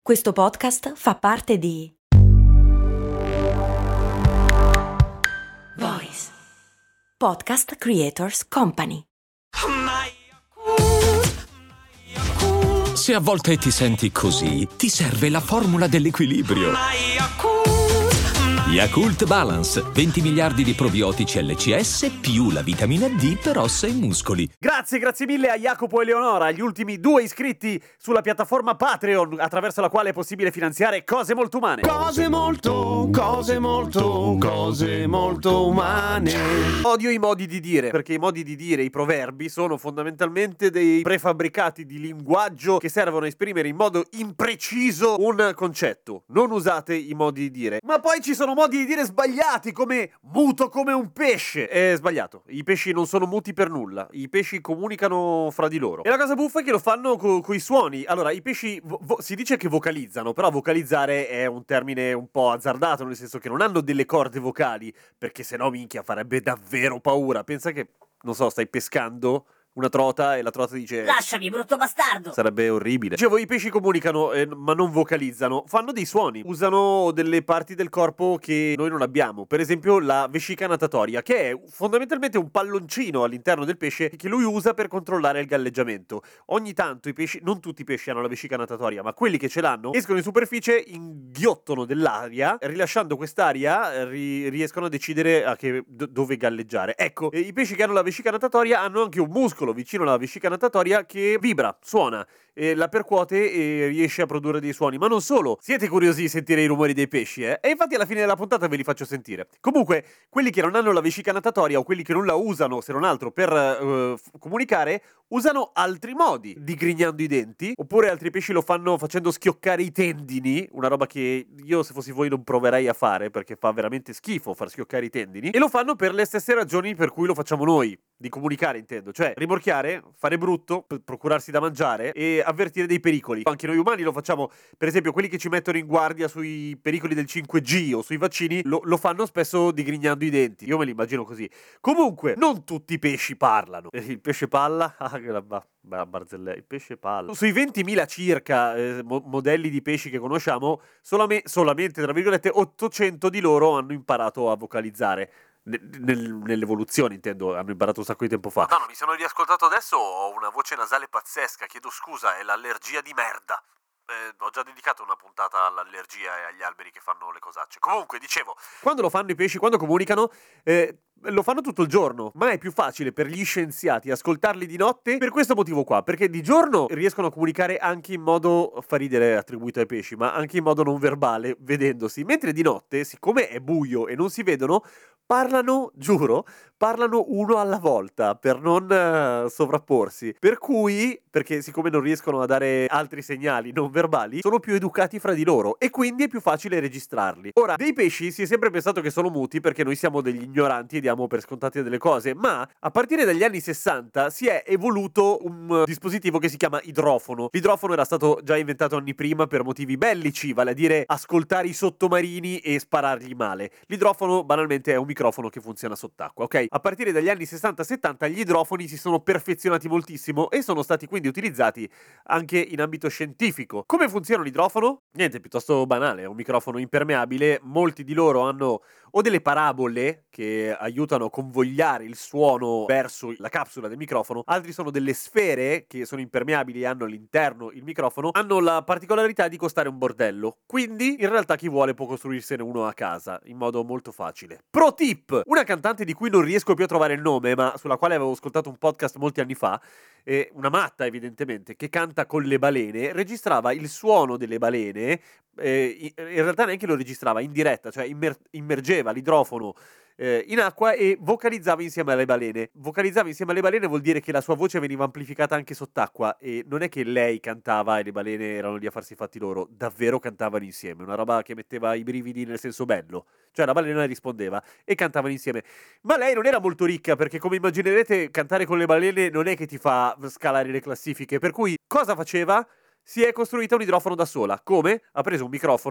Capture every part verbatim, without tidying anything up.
Questo podcast fa parte di Voice Podcast Creators Company. Se a volte ti senti così, ti serve la formula dell'equilibrio. Yakult Balance, venti miliardi di probiotici L C S più la vitamina D per ossa e muscoli. Grazie, grazie mille a Jacopo e Leonora, gli ultimi due iscritti sulla piattaforma Patreon, attraverso la quale è possibile finanziare Cose Molto Umane. Cose molto, cose molto, cose molto umane. Odio i modi di dire, perché i modi di dire, i proverbi, sono fondamentalmente dei prefabbricati di linguaggio che servono a esprimere in modo impreciso un concetto. Non usate i modi di dire. Ma poi ci sono modi di dire sbagliati, come muto come un pesce. È sbagliato, i pesci non sono muti per nulla, i pesci comunicano fra di loro. E la cosa buffa è che lo fanno co- coi suoni. Allora, i pesci vo- vo- si dice che vocalizzano, però vocalizzare è un termine un po' azzardato, nel senso che non hanno delle corde vocali, perché sennò minchia farebbe davvero paura. Pensa che, non so, stai pescando una trota e la trota dice "Lasciami, brutto bastardo!" Sarebbe orribile. Dicevo, i pesci comunicano, eh, ma non vocalizzano. Fanno dei suoni. Usano delle parti del corpo che noi non abbiamo. Per esempio la vescica natatoria, che è fondamentalmente un palloncino all'interno del pesce che lui usa per controllare il galleggiamento. Ogni tanto i pesci, non tutti i pesci hanno la vescica natatoria, ma quelli che ce l'hanno, escono in superficie, inghiottono dell'aria, rilasciando quest'aria eh, ri- riescono a decidere a che, do- dove galleggiare. Ecco, eh, i pesci che hanno la vescica natatoria hanno anche un muscolo vicino alla vescica natatoria che vibra, suona, e la percuote e riesce a produrre dei suoni. Ma non solo, siete curiosi di sentire i rumori dei pesci, eh? E infatti alla fine della puntata ve li faccio sentire. Comunque, quelli che non hanno la vescica natatoria o quelli che non la usano, se non altro, per uh, f- comunicare, usano altri modi, digrignando i denti, oppure altri pesci lo fanno facendo schioccare i tendini, una roba che io, se fossi voi, non proverei a fare, perché fa veramente schifo far schioccare i tendini, e lo fanno per le stesse ragioni per cui lo facciamo noi, di comunicare intendo, cioè rimorchiare, fare brutto, p- procurarsi da mangiare e avvertire dei pericoli. Anche noi umani lo facciamo, per esempio quelli che ci mettono in guardia sui pericoli del cinque G o sui vaccini, lo, lo fanno spesso digrignando i denti, io me li immagino così. Comunque, non tutti i pesci parlano. Il pesce palla, ah che la ba- ba- barzelletta, il pesce palla. Sui ventimila circa eh, mo- modelli di pesci che conosciamo, solame- solamente, tra virgolette, ottocento di loro hanno imparato a vocalizzare. Nel, nell'evoluzione intendo, hanno imparato un sacco di tempo fa. No, no, mi sono riascoltato adesso, ho una voce nasale pazzesca, chiedo scusa, è l'allergia di merda. Eh, ho già dedicato una puntata all'allergia e agli alberi che fanno le cosacce. Comunque, dicevo, quando lo fanno i pesci, quando comunicano, eh, lo fanno tutto il giorno, ma è più facile per gli scienziati ascoltarli di notte per questo motivo qua, perché di giorno riescono a comunicare anche in modo, fa ridere attribuito ai pesci, ma anche in modo non verbale, vedendosi, mentre di notte, siccome è buio e non si vedono, parlano, giuro, parlano uno alla volta per non uh, sovrapporsi. Per cui, perché siccome non riescono a dare altri segnali non verbali, sono più educati fra di loro e quindi è più facile registrarli. Ora, dei pesci si è sempre pensato che sono muti perché noi siamo degli ignoranti e diamo per scontate delle cose, ma a partire dagli anni sessanta si è evoluto un uh, dispositivo che si chiama idrofono. L'idrofono era stato già inventato anni prima per motivi bellici, vale a dire ascoltare i sottomarini e sparargli male. L'idrofono banalmente è un microfono che funziona sott'acqua, ok? A partire dagli anni sessanta settanta gli idrofoni si sono perfezionati moltissimo e sono stati quindi utilizzati anche in ambito scientifico. Come funziona l'idrofono? Niente, piuttosto banale, è un microfono impermeabile, molti di loro hanno o delle parabole che aiutano a convogliare il suono verso la capsula del microfono, altri sono delle sfere che sono impermeabili e hanno all'interno il microfono, hanno la particolarità di costare un bordello, quindi in realtà chi vuole può costruirsene uno a casa in modo molto facile. Pro tip! Una cantante di cui non riesco più a trovare il nome, ma sulla quale avevo ascoltato un podcast molti anni fa, eh, una matta evidentemente, che canta con le balene, registrava il suono delle balene, eh, in realtà neanche lo registrava in diretta, cioè immer- immergeva l'idrofono eh, in acqua e vocalizzava insieme alle balene. Vocalizzava insieme alle balene vuol dire che la sua voce veniva amplificata anche sott'acqua e non è che lei cantava e le balene erano lì a farsi i fatti loro, davvero cantavano insieme, una roba che metteva i brividi nel senso bello. Cioè la balena rispondeva e cantavano insieme. Ma lei non era molto ricca perché, come immaginerete, cantare con le balene non è che ti fa scalare le classifiche, per cui cosa faceva? Si è costruita un idrofono da sola. Come? Ha preso un microfono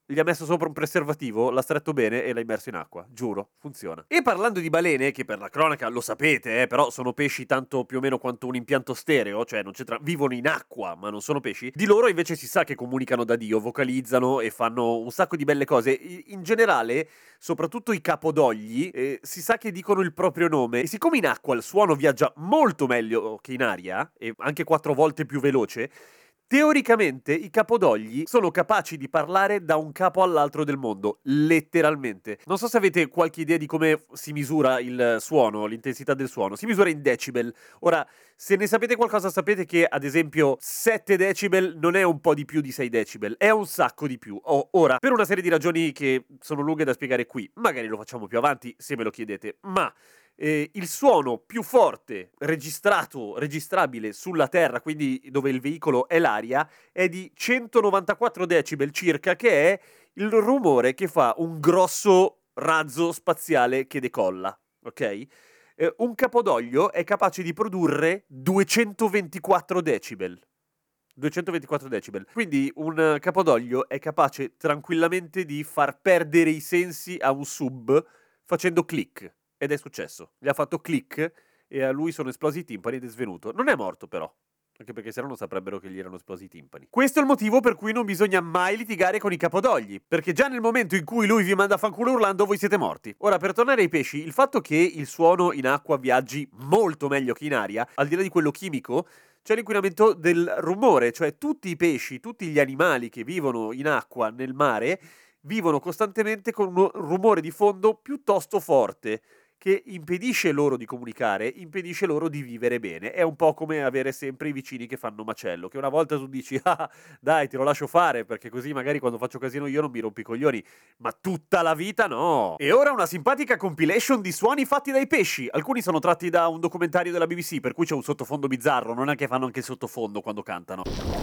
gli ha messo sopra un preservativo, l'ha stretto bene e l'ha immerso in acqua, giuro, funziona. E parlando di balene, che per la cronaca lo sapete, eh, però sono pesci tanto più o meno quanto un impianto stereo, cioè non c'entra, vivono in acqua ma non sono pesci, di loro invece si sa che comunicano da Dio, vocalizzano e fanno un sacco di belle cose. In generale, soprattutto i capodogli, eh, si sa che dicono il proprio nome, e siccome in acqua il suono viaggia molto meglio che in aria, e anche quattro volte più veloce, teoricamente i capodogli sono capaci di parlare da un capo all'altro del mondo, letteralmente. Non so se avete qualche idea di come si misura il suono, l'intensità del suono. Si misura in decibel. Ora, se ne sapete qualcosa, sapete che ad esempio sette decibel non è un po' di più di sei decibel, è un sacco di più. Oh, ora, per una serie di ragioni che sono lunghe da spiegare qui, magari lo facciamo più avanti se me lo chiedete, ma Eh, il suono più forte registrato, registrabile sulla Terra, quindi dove il veicolo è l'aria, è di centonovantaquattro decibel circa, che è il rumore che fa un grosso razzo spaziale che decolla, ok? Eh, un capodoglio è capace di produrre duecentoventiquattro decibel. duecentoventiquattro decibel. Quindi un capodoglio è capace tranquillamente di far perdere i sensi a un sub facendo click. Ed è successo. Gli ha fatto click e a lui sono esplosi i timpani ed è svenuto. Non è morto però, anche perché se no non saprebbero che gli erano esplosi i timpani. Questo è il motivo per cui non bisogna mai litigare con i capodogli, perché già nel momento in cui lui vi manda a fanculo urlando voi siete morti. Ora, per tornare ai pesci, il fatto che il suono in acqua viaggi molto meglio che in aria, al di là di quello chimico, c'è l'inquinamento del rumore, cioè tutti i pesci, tutti gli animali che vivono in acqua, nel mare, vivono costantemente con un rumore di fondo piuttosto forte, che impedisce loro di comunicare, impedisce loro di vivere bene. È un po' come avere sempre i vicini che fanno macello, che una volta tu dici ah dai te lo lascio fare perché così magari quando faccio casino io non mi rompo i coglioni, ma tutta la vita no. E ora una simpatica compilation di suoni fatti dai pesci. Alcuni sono tratti da un documentario della B B C, per cui c'è un sottofondo bizzarro, non è che fanno anche il sottofondo quando cantano.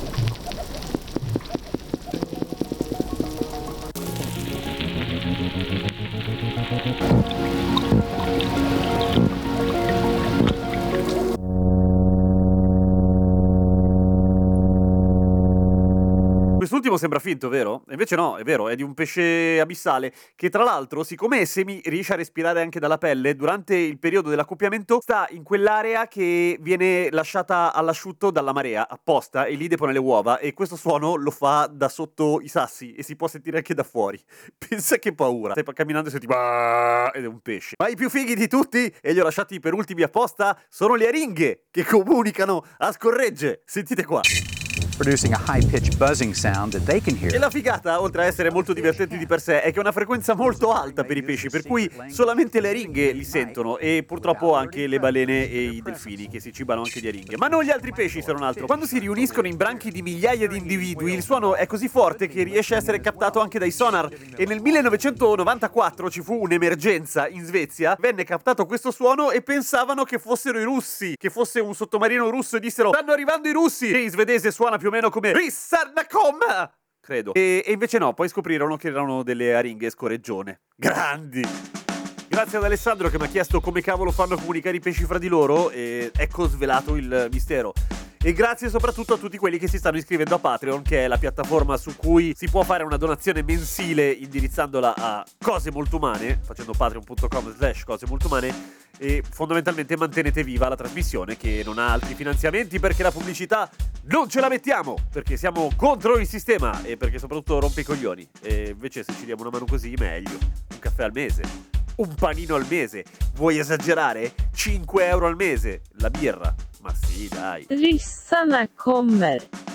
Quest'ultimo sembra finto, vero? Invece no, è vero, è di un pesce abissale che tra l'altro, siccome è semi riesce a respirare anche dalla pelle, durante il periodo dell'accoppiamento sta in quell'area che viene lasciata all'asciutto dalla marea apposta e lì depone le uova e questo suono lo fa da sotto i sassi e si può sentire anche da fuori. Pensa che paura. Stai camminando e senti bah, ed è un pesce. Ma i più fighi di tutti, e li ho lasciati per ultimi apposta, sono le aringhe che comunicano a scorregge. Sentite qua. Producing a high-pitched buzzing sound that they can hear. E la figata, oltre a essere molto divertenti di per sé, è che è una frequenza molto alta per i pesci, per cui solamente le aringhe li sentono e purtroppo anche le balene e i delfini che si cibano anche di aringhe. Ma non gli altri pesci, se non altro. Quando si riuniscono in branchi di migliaia di individui, il suono è così forte che riesce a essere captato anche dai sonar. E nel millenovecentonovantaquattro ci fu un'emergenza in Svezia, venne captato questo suono e pensavano che fossero i russi, che fosse un sottomarino russo e dissero stanno arrivando i russi, che in svedese suona più o meno come Rissarnakom, credo. E, e invece no, poi scoprirono che erano delle aringhe scoreggione. Grandi! Grazie ad Alessandro che mi ha chiesto come cavolo fanno a comunicare i pesci fra di loro e ecco svelato il mistero. E grazie soprattutto a tutti quelli che si stanno iscrivendo a Patreon, che è la piattaforma su cui si può fare una donazione mensile indirizzandola a Cose Molto Umane, facendo patreon punto com slash cose molto umane, e fondamentalmente mantenete viva la trasmissione che non ha altri finanziamenti perché la pubblicità non ce la mettiamo, perché siamo contro il sistema e perché soprattutto rompe i coglioni. E invece se ci diamo una mano così meglio. Un caffè al mese, un panino al mese, vuoi esagerare? cinque euro al mese, la birra. Ma sì, dai. Rissarna kommer.